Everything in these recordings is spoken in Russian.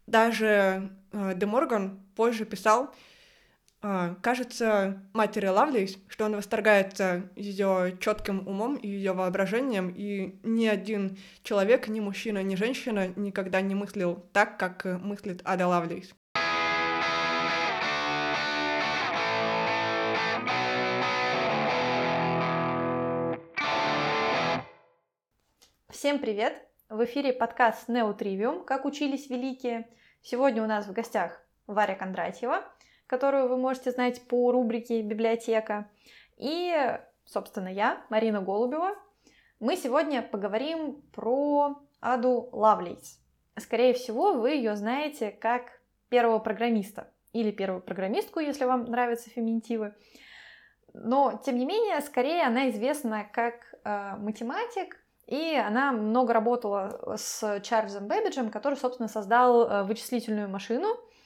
Даже Де Морган позже писал, кажется, матери Лавлейс, что он восторгается ее четким умом и ее воображением, и ни один человек, ни мужчина, ни женщина никогда не мыслил так, как мыслит Ада Лавлейс. Всем привет! В эфире подкаст Неотривиум «Как учились великие». Сегодня у нас в гостях Варя Кондратьева, которую вы можете знать по рубрике «Библиотека», и, собственно, я, Марина Голубева. Мы сегодня поговорим про Аду Лавлейс. Скорее всего, вы ее знаете как первого программиста или первую программистку, если вам нравятся феминитивы. Но, тем не менее, скорее она известна как математик, и она много работала с Чарльзом Бэббиджем, который, собственно, создал вычислительную машину,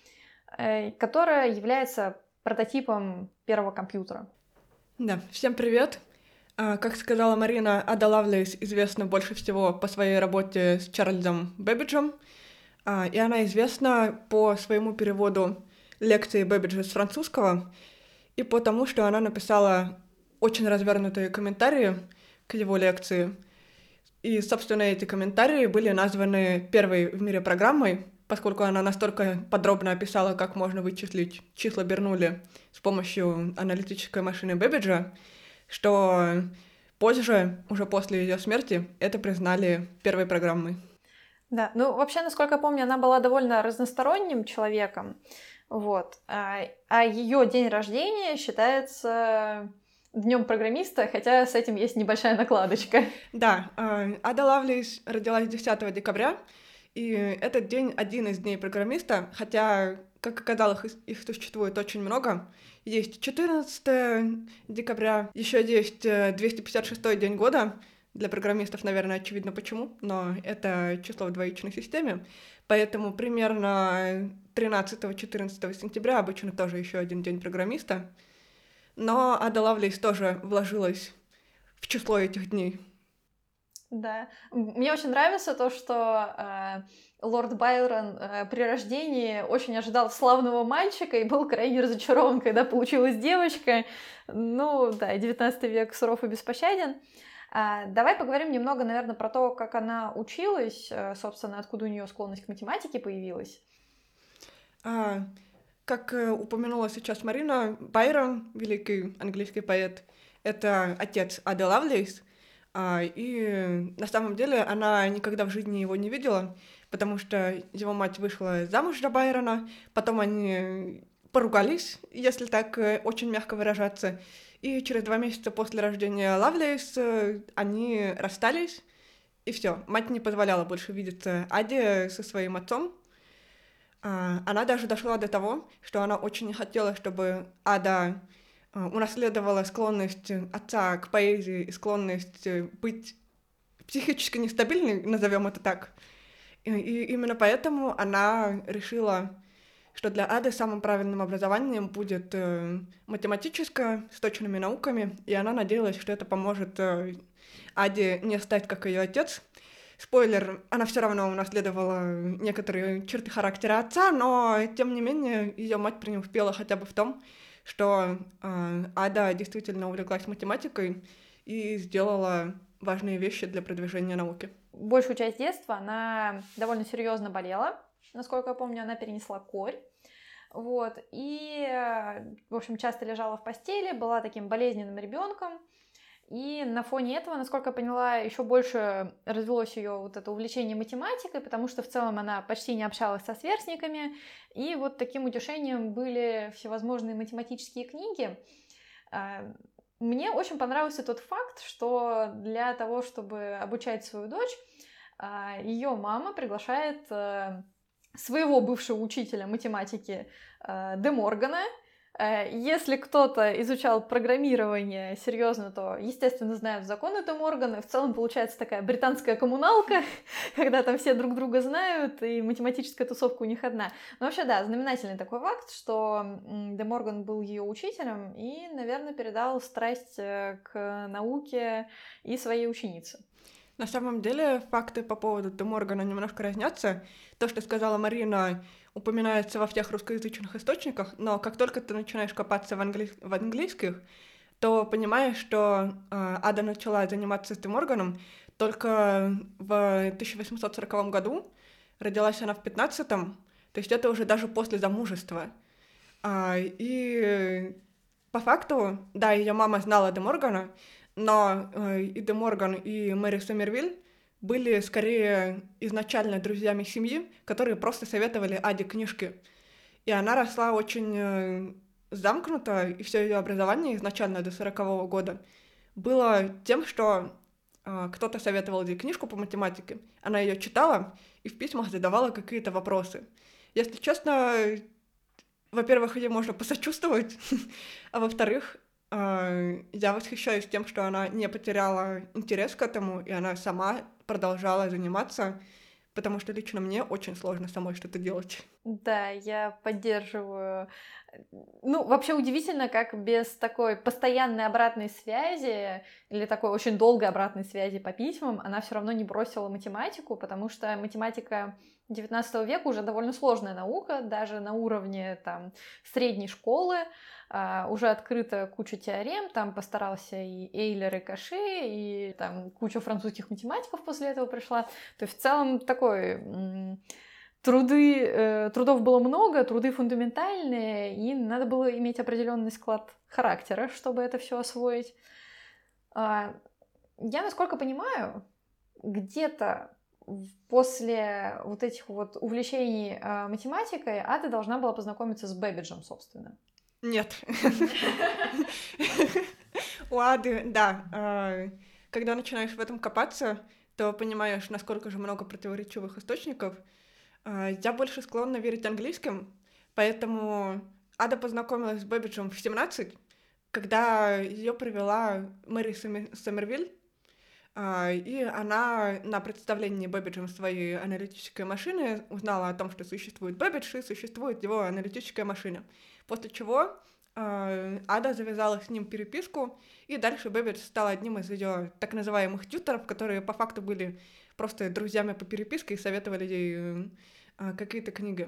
которая является прототипом первого компьютера. Да, всем привет! Как сказала Марина, Ада Лавлейс известна больше всего по своей работе с Чарльзом Бэббиджем, и она известна по своему переводу лекции Бэббиджа с французского и потому, что она написала очень развернутые комментарии к его лекции. И, собственно, эти комментарии были названы первой в мире программой, поскольку она настолько подробно описала, как можно вычислить числа Бернулли с помощью аналитической машины Бэббиджа, что позже, уже после ее смерти, это признали первой программой. Да, ну вообще, насколько я помню, она была довольно разносторонним человеком, вот, а ее день рождения считается Днем программиста, хотя с этим есть небольшая накладочка. Да, Ада Лавлейс родилась 10 декабря, и этот день один из дней программиста, хотя, как оказалось, их существует очень много. Есть 14 декабря, еще есть 256 день года. Для программистов, наверное, очевидно почему, но это число в двоичной системе. Поэтому примерно 13-14 сентября обычно тоже еще один день программиста. Но Ада Лавлейс тоже вложилась в число этих дней. Да. Мне очень нравится то, что лорд Байрон при рождении очень ожидал славного мальчика и был крайне разочарован, когда получилась девочка. Ну да, 19 век суров и беспощаден. Давай поговорим немного, наверное, про то, как она училась, собственно, откуда у нее склонность к математике появилась. Как упомянула сейчас Марина, Байрон, великий английский поэт, это отец Ады Лавлейс, и на самом деле она никогда в жизни его не видела, потому что его мать вышла замуж за Байрона, потом они поругались, если так очень мягко выражаться, и через 2 месяца после рождения Лавлейс они расстались, и все. Мать не позволяла больше видеться Аде со своим отцом. Она даже дошла до того, что она очень не хотела, чтобы Ада унаследовала склонность отца к поэзии и склонность быть психически нестабильной, назовем это так. И именно поэтому она решила, что для Ады самым правильным образованием будет математическое, с точными науками, и она надеялась, что это поможет Аде не стать как ее отец. Спойлер, она все равно унаследовала некоторые черты характера отца, но, тем не менее, ее мать преуспела хотя бы в том, что Ада действительно увлеклась математикой и сделала важные вещи для продвижения науки. Большую часть детства она довольно серьезно болела. Насколько я помню, она перенесла корь. Вот. И, в общем, часто лежала в постели, была таким болезненным ребенком. И на фоне этого, насколько я поняла, еще больше развелось ее вот это увлечение математикой, потому что в целом она почти не общалась со сверстниками. И вот таким утешением были всевозможные математические книги. Мне очень понравился тот факт, что для того, чтобы обучать свою дочь, ее мама приглашает своего бывшего учителя математики Де Моргана. Если кто-то изучал программирование серьезно, то, естественно, знают законы Де Моргана. В целом получается такая британская коммуналка, когда там все друг друга знают, и математическая тусовка у них одна. Но вообще, да, знаменательный такой факт, что Де Морган был ее учителем и, наверное, передал страсть к науке и своей ученице. На самом деле факты по поводу Де Моргана немножко разнятся. То, что сказала Марина, упоминается во всех русскоязычных источниках, но как только ты начинаешь копаться в английских, то понимаешь, что Ада начала заниматься с Де Морганом только в 1840 году, родилась она в 15-м, то есть это уже даже после замужества. И по факту, да, ее мама знала Де Моргана, но и Де Морган, и Мэри Сомервиль были скорее изначально друзьями семьи, которые просто советовали Аде книжки. И она росла очень замкнуто, и все ее образование изначально до 40-го года было тем, что кто-то советовал ей книжку по математике, она ее читала и в письмах задавала какие-то вопросы. Если честно, во-первых, ей можно посочувствовать, а во-вторых, я восхищаюсь тем, что она не потеряла интерес к этому, и она сама продолжала заниматься, потому что лично мне очень сложно самой что-то делать. Да, я поддерживаю. Ну, вообще удивительно, как без такой постоянной обратной связи или такой очень долгой обратной связи по письмам она все равно не бросила математику, потому что математика XIX века уже довольно сложная наука, даже на уровне там средней школы. Уже открыта куча теорем, там постарался и Эйлер, и Каши, и там куча французских математиков после этого пришла. То есть в целом такой трудов было много, труды фундаментальные, и надо было иметь определенный склад характера, чтобы это все освоить. Я, насколько понимаю, где-то после вот этих вот увлечений математикой Ада должна была познакомиться с Бэббиджем, собственно. Нет. У Ады, да, когда начинаешь в этом копаться, то понимаешь, насколько же много противоречивых источников. Я больше склонна верить английским, поэтому Ада познакомилась с Бэббиджем в 17, когда ее привела Мэри Сомервиль, и она на представлении Бэббиджем своей аналитической машины узнала о том, что существует Бэббидж и существует его аналитическая машина. После чего Ада завязала с ним переписку, и дальше Бэббидж стал одним из ее так называемых тьюторов, которые по факту были просто друзьями по переписке и советовали ей какие-то книги.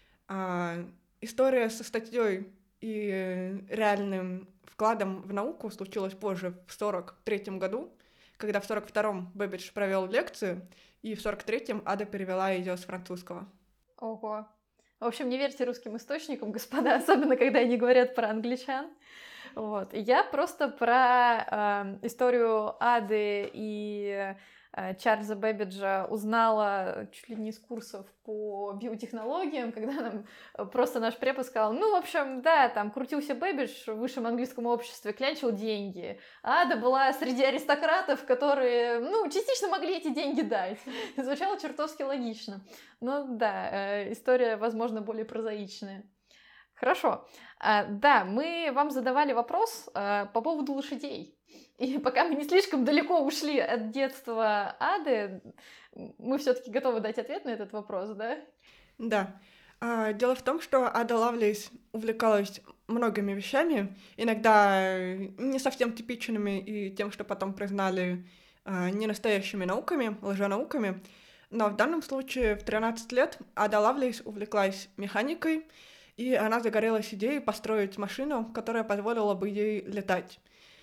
История со статьей и реальным вкладом в науку случилась позже, в 1943 году, когда в 1942-м Бэббидж провел лекцию, и в 1943-м Ада перевела ее с французского. Ого. В общем, не верьте русским источникам, господа, особенно когда они говорят про англичан. Вот. Я просто про историю Ады и Чарльза Бэббиджа узнала чуть ли не из курсов по биотехнологиям, когда нам просто наш препод сказал, ну, в общем, да, там крутился Бэббидж в высшем английском обществе, клянчил деньги. А Ада была среди аристократов, которые, ну, частично могли эти деньги дать. Звучало чертовски логично. Но да, история, возможно, более прозаичная. Хорошо. Да, мы вам задавали вопрос по поводу лошадей. И пока мы не слишком далеко ушли от детства Ады, мы все-таки готовы дать ответ на этот вопрос, да? Да. Дело в том, что Ада Лавлейс увлекалась многими вещами, иногда не совсем типичными и тем, что потом признали не настоящими науками, лженауками. Но в данном случае в 13 лет Ада Лавлейс увлеклась механикой, и она загорелась идеей построить машину, которая позволила бы ей летать.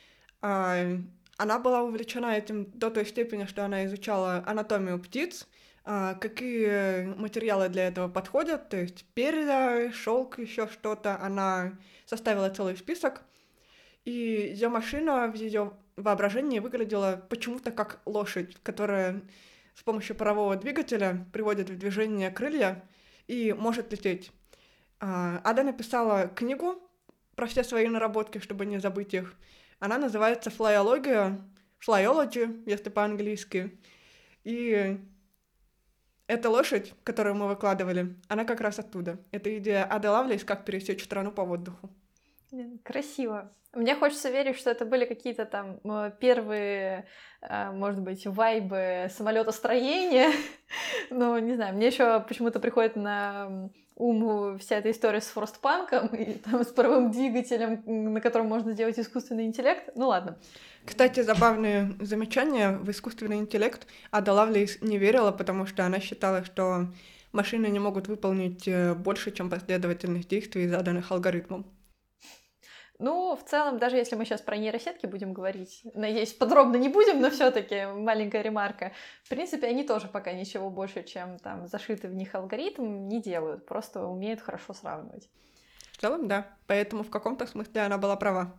Она была увлечена этим до той степени, что она изучала анатомию птиц, какие материалы для этого подходят, то есть перья, шелк, еще что-то. Она составила целый список, и ее машина в ее воображении выглядела почему-то как лошадь, которая с помощью парового двигателя приводит в движение крылья и может лететь. Ада написала книгу про все свои наработки, чтобы не забыть их. Она называется «Flyology», если по-английски. И эта лошадь, которую мы выкладывали, она как раз оттуда. Это идея Ады Лавлейс, как пересечь страну по воздуху. Красиво. Мне хочется верить, что это были какие-то там первые, может быть, вайбы самолетостроения. Ну, не знаю, мне еще почему-то приходит на ум вся эта история с фростпанком и там, с паровым двигателем, на котором можно сделать искусственный интеллект. Ну ладно. Кстати, забавное замечание в искусственный интеллект Ада Лавлейс не верила, потому что она считала, что машины не могут выполнить больше, чем последовательных действий, заданных алгоритмом. Ну, в целом, даже если мы сейчас про нейросетки будем говорить, надеюсь, подробно не будем, но все-таки маленькая ремарка. В принципе, они тоже пока ничего больше, чем там зашитый в них алгоритм, не делают, просто умеют хорошо сравнивать. В целом, да. Поэтому в каком-то смысле она была права.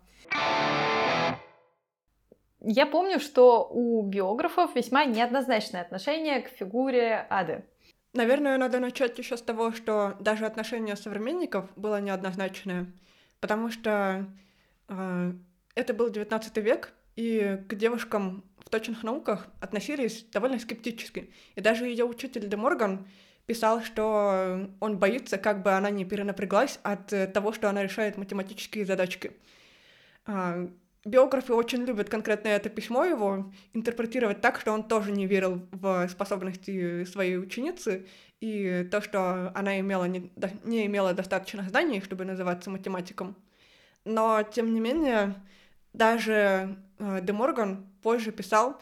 Я помню, что у биографов весьма неоднозначное отношение к фигуре Ады. Наверное, надо начать еще с того, что даже отношение современников было неоднозначное, потому что это был 19 век, и к девушкам в точных науках относились довольно скептически. И даже ее учитель Де Морган писал, что он боится, как бы она не перенапряглась от того, что она решает математические задачки. Биографы очень любят конкретно это письмо его интерпретировать так, что он тоже не верил в способности своей ученицы, и то, что она не имела достаточно знаний, чтобы называться математиком. Но, тем не менее, даже Де Морган позже писал,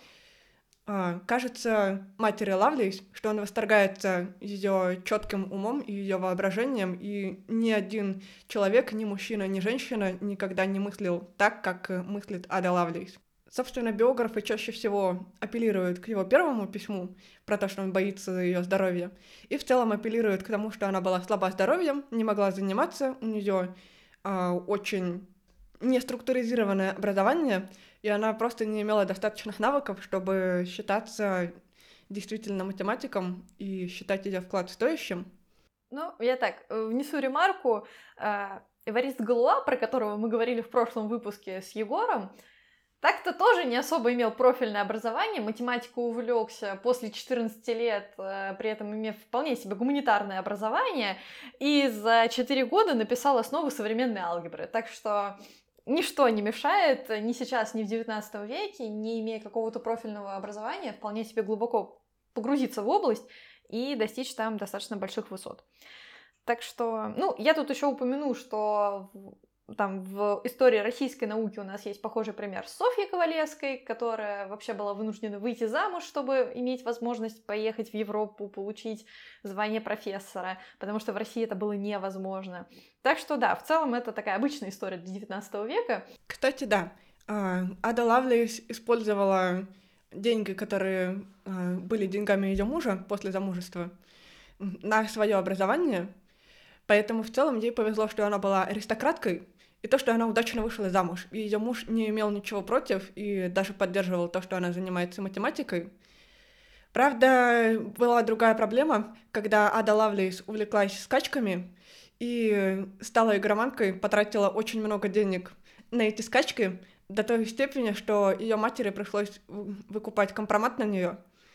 кажется, матери Лавлейс, что он восторгается ее четким умом и ее воображением, и ни один человек, ни мужчина, ни женщина никогда не мыслил так, как мыслит Ада Лавлейс. Собственно, биографы чаще всего апеллируют к его первому письму про то, что он боится за ее здоровье, и в целом апеллируют к тому, что она была слаба здоровьем, не могла заниматься, у нее очень неструктуризированное образование, и она просто не имела достаточных навыков, чтобы считаться действительно математиком и считать ее вклад стоящим. Ну, я так, внесу ремарку. Эварист Галуа, про которого мы говорили в прошлом выпуске с Егором, так-то тоже не особо имел профильное образование, математику увлекся после 14 лет, при этом имев вполне себе гуманитарное образование, и за 4 года написал основы современной алгебры. Так что ничто не мешает ни сейчас, ни в 19 веке, не имея какого-то профильного образования, вполне себе глубоко погрузиться в область и достичь там достаточно больших высот. Так что, ну, я тут еще упомяну, что там в истории российской науки у нас есть похожий пример с Софьей Ковалевской, которая вообще была вынуждена выйти замуж, чтобы иметь возможность поехать в Европу, получить звание профессора, потому что в России это было невозможно. Так что да, в целом это такая обычная история для 19 века. Кстати, да, Ада Лавлейс использовала деньги, которые были деньгами ее мужа после замужества, на свое образование, поэтому в целом ей повезло, что она была аристократкой, и то, что она удачно вышла замуж, и ее муж не имел ничего против и даже поддерживал то, что она занимается математикой. Правда, была другая проблема, когда Ада Лавлейс увлеклась скачками и стала игроманкой, потратила очень много денег на эти скачки, до той степени, что ее матери пришлось выкупать компромат на нее.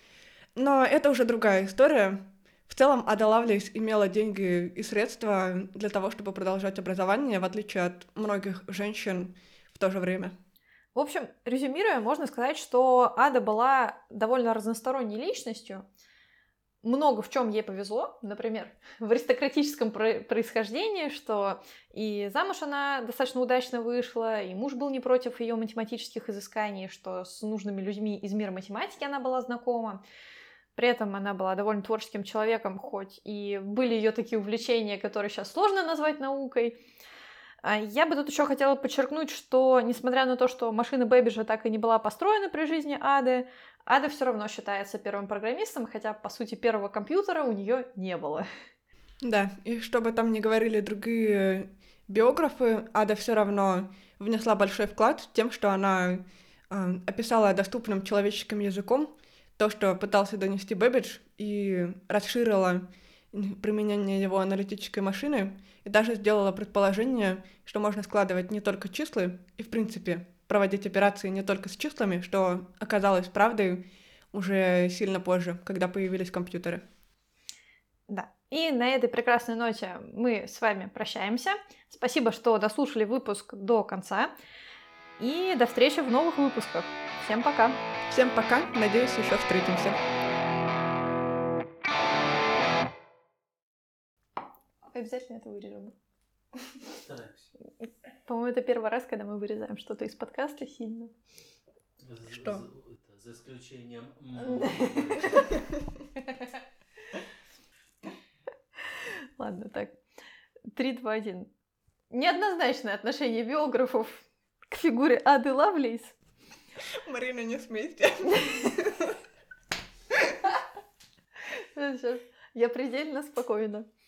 Но это уже другая история. В целом, Ада Лавлейс имела деньги и средства для того, чтобы продолжать образование, в отличие от многих женщин в то же время. В общем, резюмируя, можно сказать, что Ада была довольно разносторонней личностью. Много в чем ей повезло, например, в аристократическом происхождении, что и замуж она достаточно удачно вышла, и муж был не против ее математических изысканий, что с нужными людьми из мира математики она была знакома. При этом она была довольно творческим человеком, хоть и были ее такие увлечения, которые сейчас сложно назвать наукой. Я бы тут еще хотела подчеркнуть, что несмотря на то, что машина Бэббиджа так и не была построена при жизни Ады, Ада все равно считается первым программистом, хотя, по сути, первого компьютера у нее не было. Да, и что бы там ни говорили другие биографы, Ада все равно внесла большой вклад тем, что она описала доступным человеческим языком то, что пытался донести Бэббидж, и расширила применение его аналитической машины, и даже сделала предположение, что можно складывать не только числа, и, в принципе, проводить операции не только с числами, что оказалось правдой уже сильно позже, когда появились компьютеры. Да. И на этой прекрасной ноте мы с вами прощаемся. Спасибо, что дослушали выпуск до конца. И до встречи в новых выпусках. Всем пока. Всем пока. Надеюсь, еще встретимся. Обязательно это вырежем. Стараюсь. По-моему, это первый раз, когда мы вырезаем что-то из подкаста сильно. Что? За исключением... Ладно, так. 3, 2, 1. Неоднозначное отношение биографов к фигуре Ады Лавлейс. Марина, не смейся. Сейчас. Я предельно спокойна.